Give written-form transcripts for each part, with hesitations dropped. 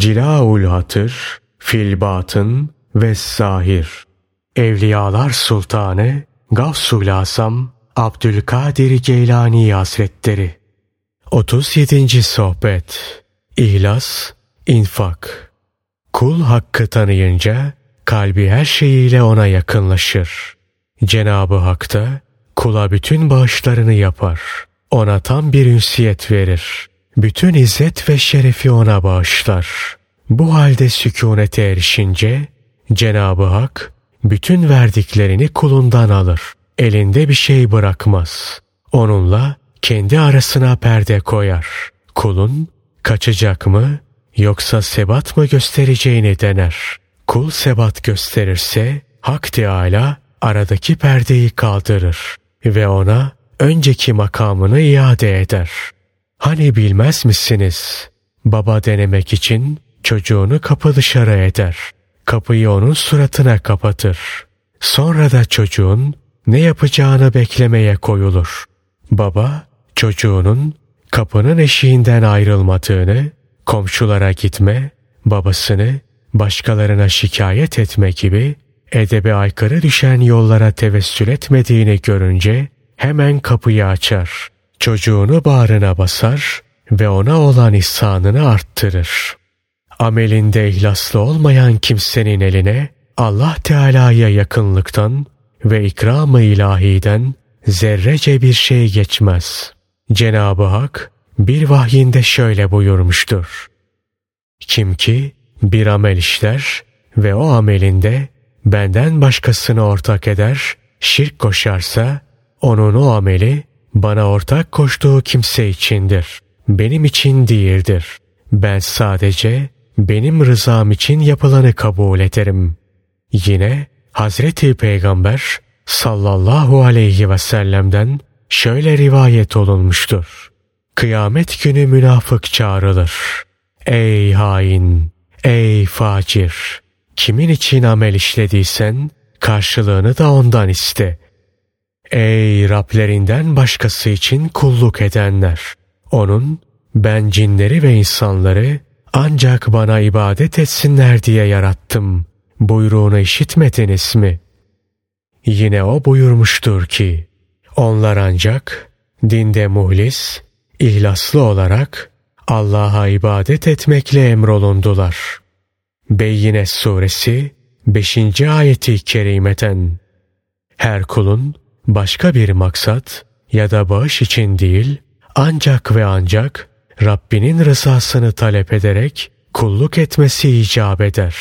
Cilaul Hatır, Fil Batın ve Zahir. Evliyalar Sultanı Gavsul Azam Abdülkadir Geylani Hazretleri. 37. Sohbet. İhlas, infak. Kul hakkı tanıyınca kalbi her şeyiyle ona yakınlaşır. Cenab-ı Hak da kula bütün bağışlarını yapar. Ona tam bir ünsiyet verir. Bütün izzet ve şerefi ona bağışlar. Bu halde sükûnete erişince Cenab-ı Hak bütün verdiklerini kulundan alır. Elinde bir şey bırakmaz. Onunla kendi arasına perde koyar. Kulun kaçacak mı yoksa sebat mı göstereceğini dener. Kul sebat gösterirse Hak Teâlâ aradaki perdeyi kaldırır ve ona önceki makamını iade eder. Hani bilmez misiniz? Baba denemek için çocuğunu kapı dışarı eder. Kapıyı onun suratına kapatır. Sonra da çocuğun ne yapacağını beklemeye koyulur. Baba çocuğunun kapının eşiğinden ayrılmadığını, komşulara gitme, babasını başkalarına şikayet etme gibi edebe aykırı düşen yollara tevessül etmediğini görünce hemen kapıyı açar. Çocuğunu bağrına basar ve ona olan ihsanını arttırır. Amelinde ihlaslı olmayan kimsenin eline Allah Teala'ya yakınlıktan ve ikram-ı ilahiden zerrece bir şey geçmez. Cenab-ı Hak bir vahyinde şöyle buyurmuştur. Kim ki bir amel işler ve o amelinde benden başkasını ortak eder, şirk koşarsa onun o ameli bana ortak koştuğu kimse içindir. Benim için değildir. Ben sadece benim rızam için yapılanı kabul ederim. Yine Hazreti Peygamber sallallahu aleyhi ve sellem'den şöyle rivayet olunmuştur. Kıyamet günü münafık çağrılır. Ey hain, ey facir! Kimin için amel işlediysen karşılığını da ondan iste. Ey Rablerinden başkası için kulluk edenler! Onun ben cinleri ve insanları ancak bana ibadet etsinler diye yarattım buyruğunu işitmediniz mi? Yine o buyurmuştur ki onlar ancak dinde muhlis, ihlaslı olarak Allah'a ibadet etmekle emrolundular. Beyyine suresi 5. ayeti kerimeten. Her kulun başka bir maksat ya da bağış için değil, ancak ve ancak Rabbinin rızasını talep ederek kulluk etmesi icap eder.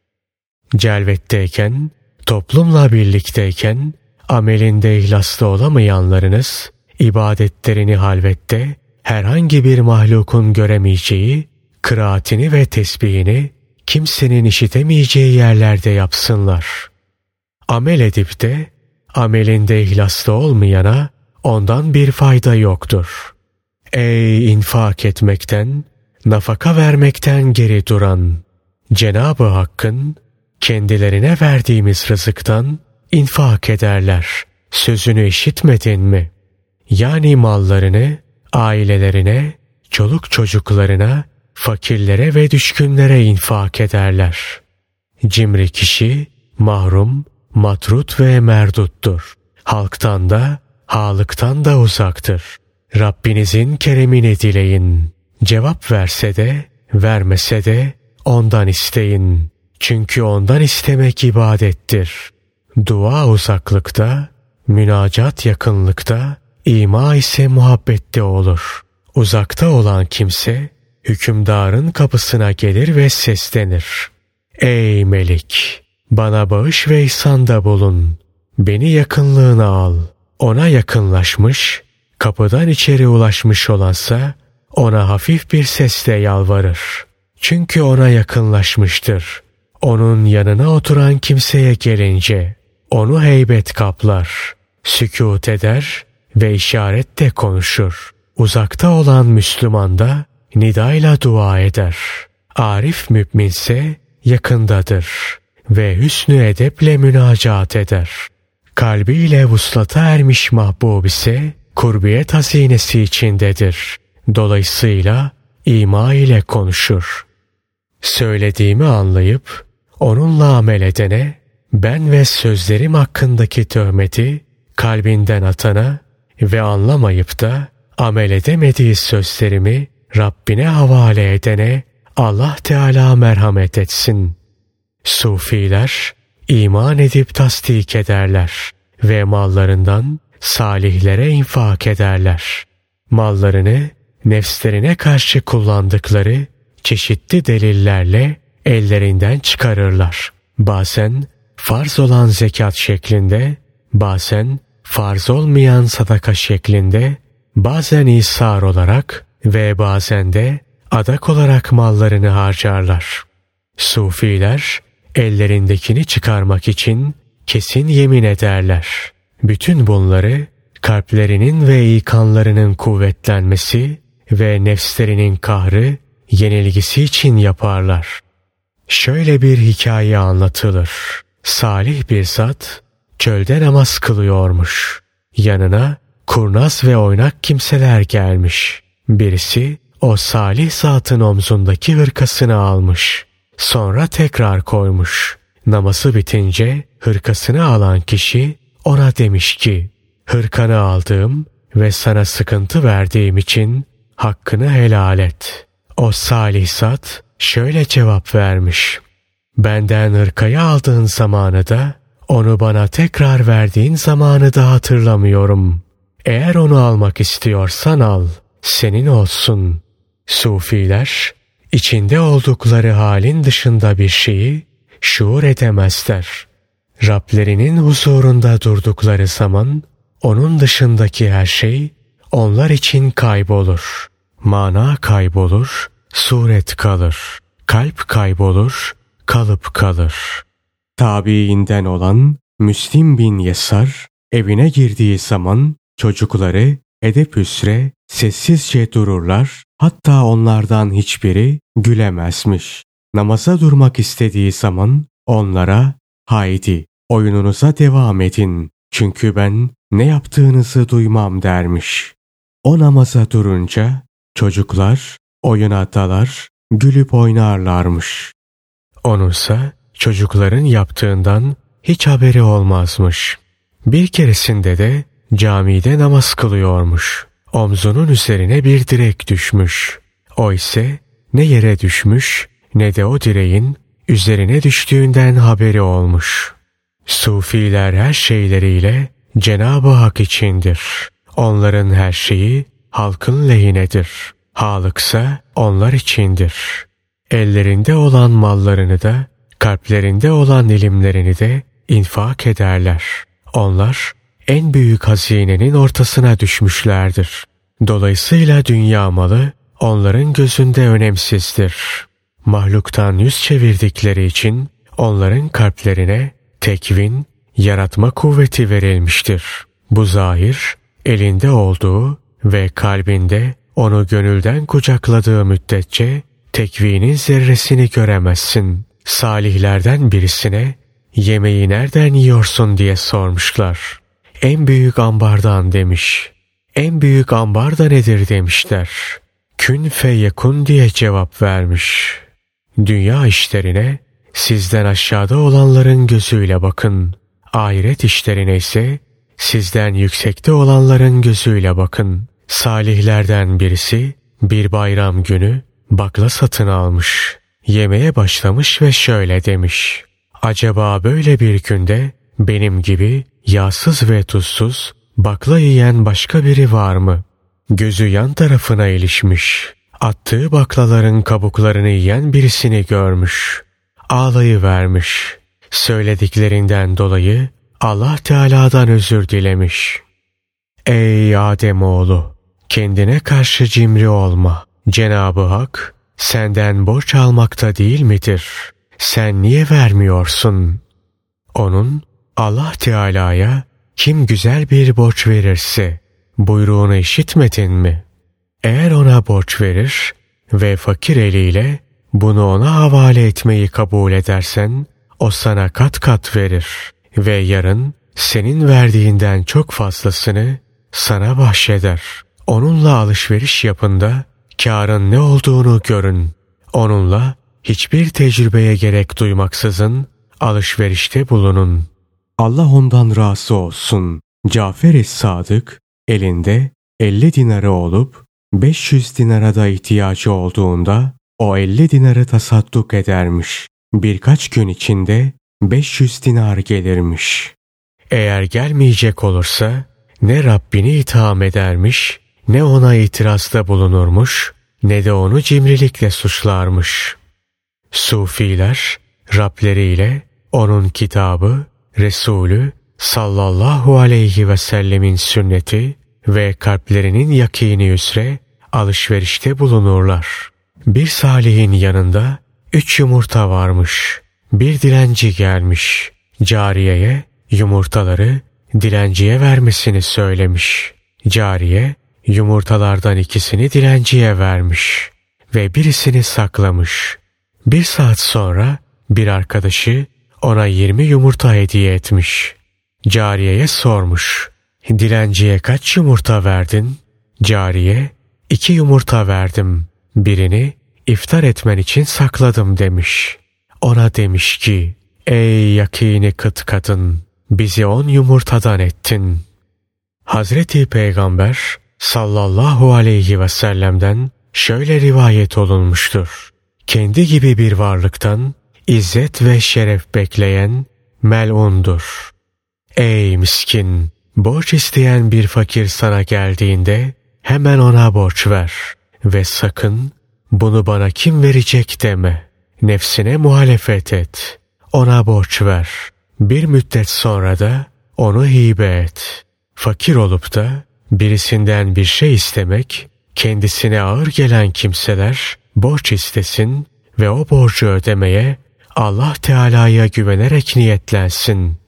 Celvetteyken, toplumla birlikteyken, amelinde ihlaslı olamayanlarınız, ibadetlerini halvette herhangi bir mahlukun göremeyeceği, kıraatini ve tesbihini kimsenin işitemeyeceği yerlerde yapsınlar. Amel edip de amelinde ihlaslı olmayana ondan bir fayda yoktur. Ey infak etmekten, nafaka vermekten geri duran! Cenab-ı Hakk'ın kendilerine verdiğimiz rızıktan infak ederler. Sözünü işitmedin mi? Yani mallarını ailelerine, çoluk çocuklarına, fakirlere ve düşkünlere infak ederler. Cimri kişi mahrum, matrut ve merduttur. Halktan da, halıktan da uzaktır. Rabbinizin keremini dileyin. Cevap verse de, vermese de ondan isteyin. Çünkü ondan istemek ibadettir. Dua uzaklıkta, münacat yakınlıkta, ima ise muhabbette olur. Uzakta olan kimse, hükümdarın kapısına gelir ve seslenir. Ey Melik! Bana bağış ve ihsanda bulun. Beni yakınlığına al. Ona yakınlaşmış, kapıdan içeri ulaşmış olansa, ona hafif bir sesle yalvarır. Çünkü ona yakınlaşmıştır. Onun yanına oturan kimseye gelince, onu heybet kaplar. Sükût eder ve işaretle konuşur. Uzakta olan Müslüman da nidayla dua eder. Arif müminse yakındadır ve hüsnü edeple münacat eder. Kalbiyle vuslata ermiş mahbub ise kurbiyet hazinesi içindedir. Dolayısıyla ima ile konuşur. Söylediğimi anlayıp onunla amel edene, ben ve sözlerim hakkındaki töhmeti kalbinden atana ve anlamayıp da amel edemediği sözlerimi Rabbine havale edene Allah Teala merhamet etsin. Sufiler iman edip tasdik ederler ve mallarından salihlere infak ederler. Mallarını nefslerine karşı kullandıkları çeşitli delillerle ellerinden çıkarırlar. Bazen farz olan zekat şeklinde, bazen farz olmayan sadaka şeklinde, bazen ishar olarak ve bazen de adak olarak mallarını harcarlar. Sufiler ellerindekini çıkarmak için kesin yemin ederler. Bütün bunları kalplerinin ve ikanlarının kuvvetlenmesi ve nefslerinin kahrı, yenilgisi için yaparlar. Şöyle bir hikaye anlatılır. Salih bir zat çölde namaz kılıyormuş. Yanına kurnaz ve oynak kimseler gelmiş. Birisi o salih zatın omzundaki hırkasını almış. Sonra tekrar koymuş. Namazı bitince hırkasını alan kişi ona demiş ki, hırkanı aldığım ve sana sıkıntı verdiğim için hakkını helal et. O salih zat şöyle cevap vermiş. Benden hırkayı aldığın zamanı da onu bana tekrar verdiğin zamanı da hatırlamıyorum. Eğer onu almak istiyorsan al, senin olsun. Sufiler içinde oldukları halin dışında bir şeyi şuur edemezler. Rablerinin huzurunda durdukları zaman onun dışındaki her şey onlar için kaybolur. Mana kaybolur, suret kalır. Kalp kaybolur, kalıp kalır. Tabiinden olan Müslim bin Yesar evine girdiği zaman çocukları edep üzere sessizce dururlar, hatta onlardan hiçbiri gülemezmiş. Namaza durmak istediği zaman onlara haydi oyununuza devam edin çünkü ben ne yaptığınızı duymam dermiş. O namaza durunca çocuklar oyuna dalar, gülüp oynarlarmış. Onunsa çocukların yaptığından hiç haberi olmazmış. Bir keresinde de camide namaz kılıyormuş. Omzunun üzerine bir direk düşmüş. O ise ne yere düşmüş ne de o direğin üzerine düştüğünden haberi olmuş. Sufiler her şeyleriyle Cenab-ı Hak içindir. Onların her şeyi halkın lehinedir. Halıksa onlar içindir. Ellerinde olan mallarını da, kalplerinde olan ilimlerini de infak ederler. Onlar en büyük hazinenin ortasına düşmüşlerdir. Dolayısıyla dünya malı onların gözünde önemsizdir. Mahluktan yüz çevirdikleri için onların kalplerine tekvin, yaratma kuvveti verilmiştir. Bu zahir, elinde olduğu ve kalbinde onu gönülden kucakladığı müddetçe tekvinin zerresini göremezsin. Salihlerden birisine yemeği nereden yiyorsun diye sormuşlar. En büyük ambardan demiş. En büyük ambar da nedir demişler. Kün feyekun diye cevap vermiş. Dünya işlerine sizden aşağıda olanların gözüyle bakın. Ahiret işlerine ise sizden yüksekte olanların gözüyle bakın. Salihlerden birisi bir bayram günü bakla satın almış. Yemeye başlamış ve şöyle demiş. Acaba böyle bir günde benim gibi yağsız ve tuzsuz bakla yiyen başka biri var mı? Gözü yan tarafına ilişmiş. Attığı baklaların kabuklarını yiyen birisini görmüş. Ağlayıvermiş. Söylediklerinden dolayı Allah Teala'dan özür dilemiş. Ey Ademoğlu! Kendine karşı cimri olma. Cenab-ı Hak senden borç almakta değil midir? Sen niye vermiyorsun? Onun Allah Teala'ya kim güzel bir borç verirse buyruğunu işitmedin mi? Eğer ona borç verir ve fakir eliyle bunu ona havale etmeyi kabul edersen o sana kat kat verir ve yarın senin verdiğinden çok fazlasını sana bahşeder. Onunla alışveriş yapın da kârın ne olduğunu görün. Onunla hiçbir tecrübeye gerek duymaksızın alışverişte bulunun. Allah ondan razı olsun. Cafer-i Sadık elinde 50 dinarı olup 500 dinara da ihtiyacı olduğunda o 50 dinarı tasadduk edermiş. Birkaç gün içinde 500 dinar gelirmiş. Eğer gelmeyecek olursa ne Rabbini itham edermiş, ne ona itirazda bulunurmuş, ne de onu cimrilikle suçlarmış. Sufiler Rableriyle onun kitabı, Resulü sallallahu aleyhi ve sellemin sünneti ve kalplerinin yakini üzere alışverişte bulunurlar. Bir salihin yanında 3 yumurta varmış. Bir dilenci gelmiş. Cariyeye yumurtaları dilenciye vermesini söylemiş. Cariye yumurtalardan 2'sini dilenciye vermiş ve birisini saklamış. 1 saat sonra bir arkadaşı ona 20 yumurta hediye etmiş. Cariyeye sormuş. Dilenciye kaç yumurta verdin? Cariye 2 yumurta verdim. Birini iftar etmen için sakladım demiş. Ona demiş ki, ey yakini kıt kadın, bizi 10 yumurtadan ettin. Hazreti Peygamber sallallahu aleyhi ve sellem'den şöyle rivayet olunmuştur. Kendi gibi bir varlıktan izzet ve şeref bekleyen mel'undur. Ey miskin! Borç isteyen bir fakir sana geldiğinde hemen ona borç ver ve sakın bunu bana kim verecek deme. Nefsine muhalefet et. Ona borç ver. Bir müddet sonra da onu hibe et. Fakir olup da birisinden bir şey istemek, kendisine ağır gelen kimseler borç istesin ve o borcu ödemeye Allah Teala'ya güvenerek niyetlensin.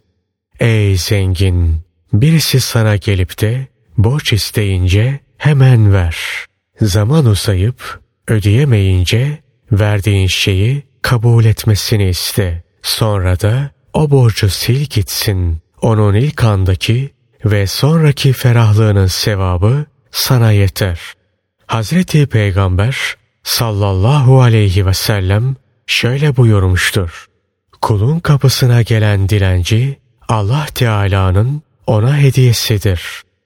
Ey zengin! Birisi sana gelip de borç isteyince hemen ver. Zaman uzayıp ödeyemeyince verdiğin şeyi kabul etmesini iste. Sonra da o borcu sil gitsin. Onun ilk andaki ve sonraki ferahlığının sevabı sana yeter. Hazreti Peygamber sallallahu aleyhi ve sellem şöyle buyurmuştur. Kulun kapısına gelen dilenci Allah Teala'nın ona hediyesidir.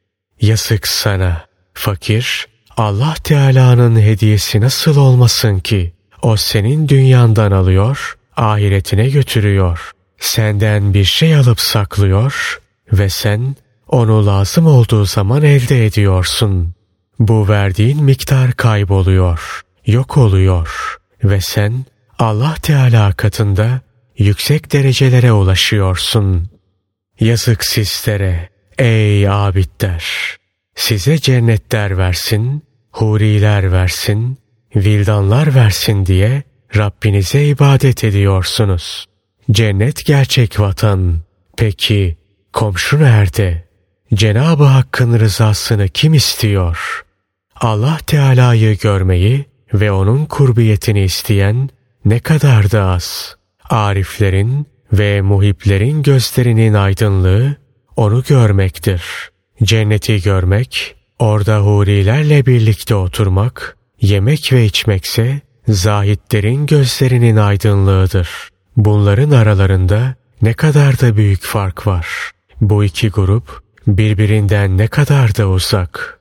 Yazık sana. Fakir, Allah Teala'nın hediyesi nasıl olmasın ki? O senin dünyandan alıyor, ahiretine götürüyor. Senden bir şey alıp saklıyor ve sen onu lazım olduğu zaman elde ediyorsun. Bu verdiğin miktar kayboluyor, yok oluyor ve sen Allah Teala katında yüksek derecelere ulaşıyorsun. Yazık sizlere ey abidler! Size cennetler versin, huriler versin, vildanlar versin diye Rabbinize ibadet ediyorsunuz. Cennet gerçek vatan. Peki komşu nerede? Cenab-ı Hakk'ın rızasını kim istiyor? Allah Teala'yı görmeyi ve onun kurbiyetini isteyen ne kadar da az. Ariflerin ve muhiplerin gözlerinin aydınlığı onu görmektir. Cenneti görmek, orada hurilerle birlikte oturmak, yemek ve içmekse zahitlerin gözlerinin aydınlığıdır. Bunların aralarında ne kadar da büyük fark var. Bu iki grup birbirinden ne kadar da uzak.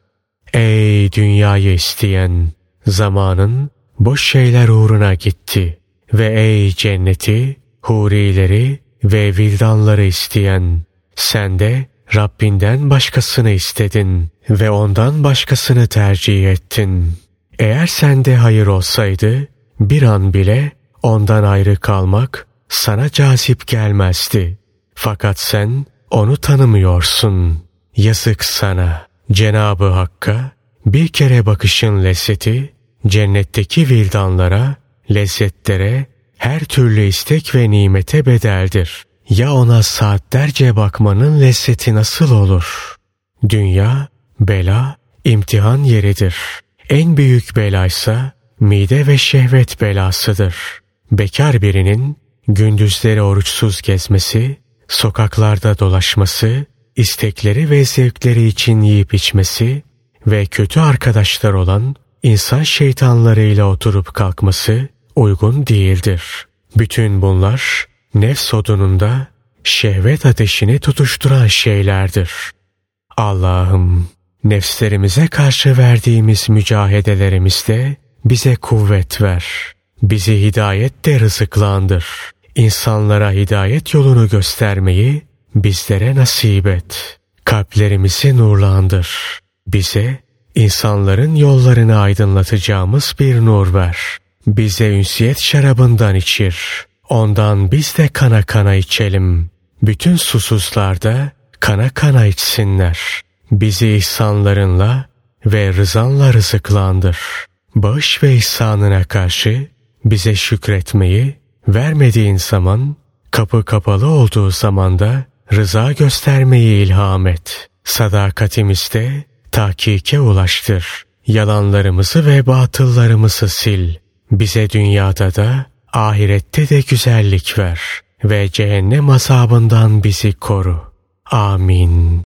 Ey dünyayı isteyen! Zamanın boş şeyler uğruna gitti. Ve ey cenneti, hurileri ve vildanları isteyen! Sen de Rabbinden başkasını istedin ve ondan başkasını tercih ettin. Eğer sende hayır olsaydı, bir an bile ondan ayrı kalmak sana cazip gelmezdi. Fakat sen onu tanımıyorsun. Yazık sana. Cenab-ı Hakk'a bir kere bakışın lezzeti, cennetteki vildanlara, lezzetlere, her türlü istek ve nimete bedeldir. Ya ona saatlerce bakmanın lezzeti nasıl olur? Dünya, bela, imtihan yeridir. En büyük belaysa mide ve şehvet belasıdır. Bekar birinin gündüzleri oruçsuz gezmesi, sokaklarda dolaşması, istekleri ve zevkleri için yiyip içmesi ve kötü arkadaşlar olan insan şeytanlarıyla oturup kalkması uygun değildir. Bütün bunlar nefs odununda şehvet ateşini tutuşturan şeylerdir. Allah'ım, nefslerimize karşı verdiğimiz mücahedelerimizde bize kuvvet ver. Bizi hidayetle rızıklandır. İnsanlara hidayet yolunu göstermeyi bizlere nasip et. Kalplerimizi nurlandır. Bize insanların yollarını aydınlatacağımız bir nur ver. Bize ünsiyet şarabından içir. Ondan biz de kana kana içelim. Bütün susuzlarda kana kana içsinler. Bizi ihsanlarınla ve rızanla rızıklandır. Bağış ve ihsanına karşı bize şükretmeyi, vermediğin zaman, kapı kapalı olduğu zamanda rıza göstermeyi ilham et. Sadakatimizde tahkike ulaştır. Yalanlarımızı ve batıllarımızı sil. Bize dünyada da ahirette de güzellik ver ve cehennem azabından bizi koru. Amin.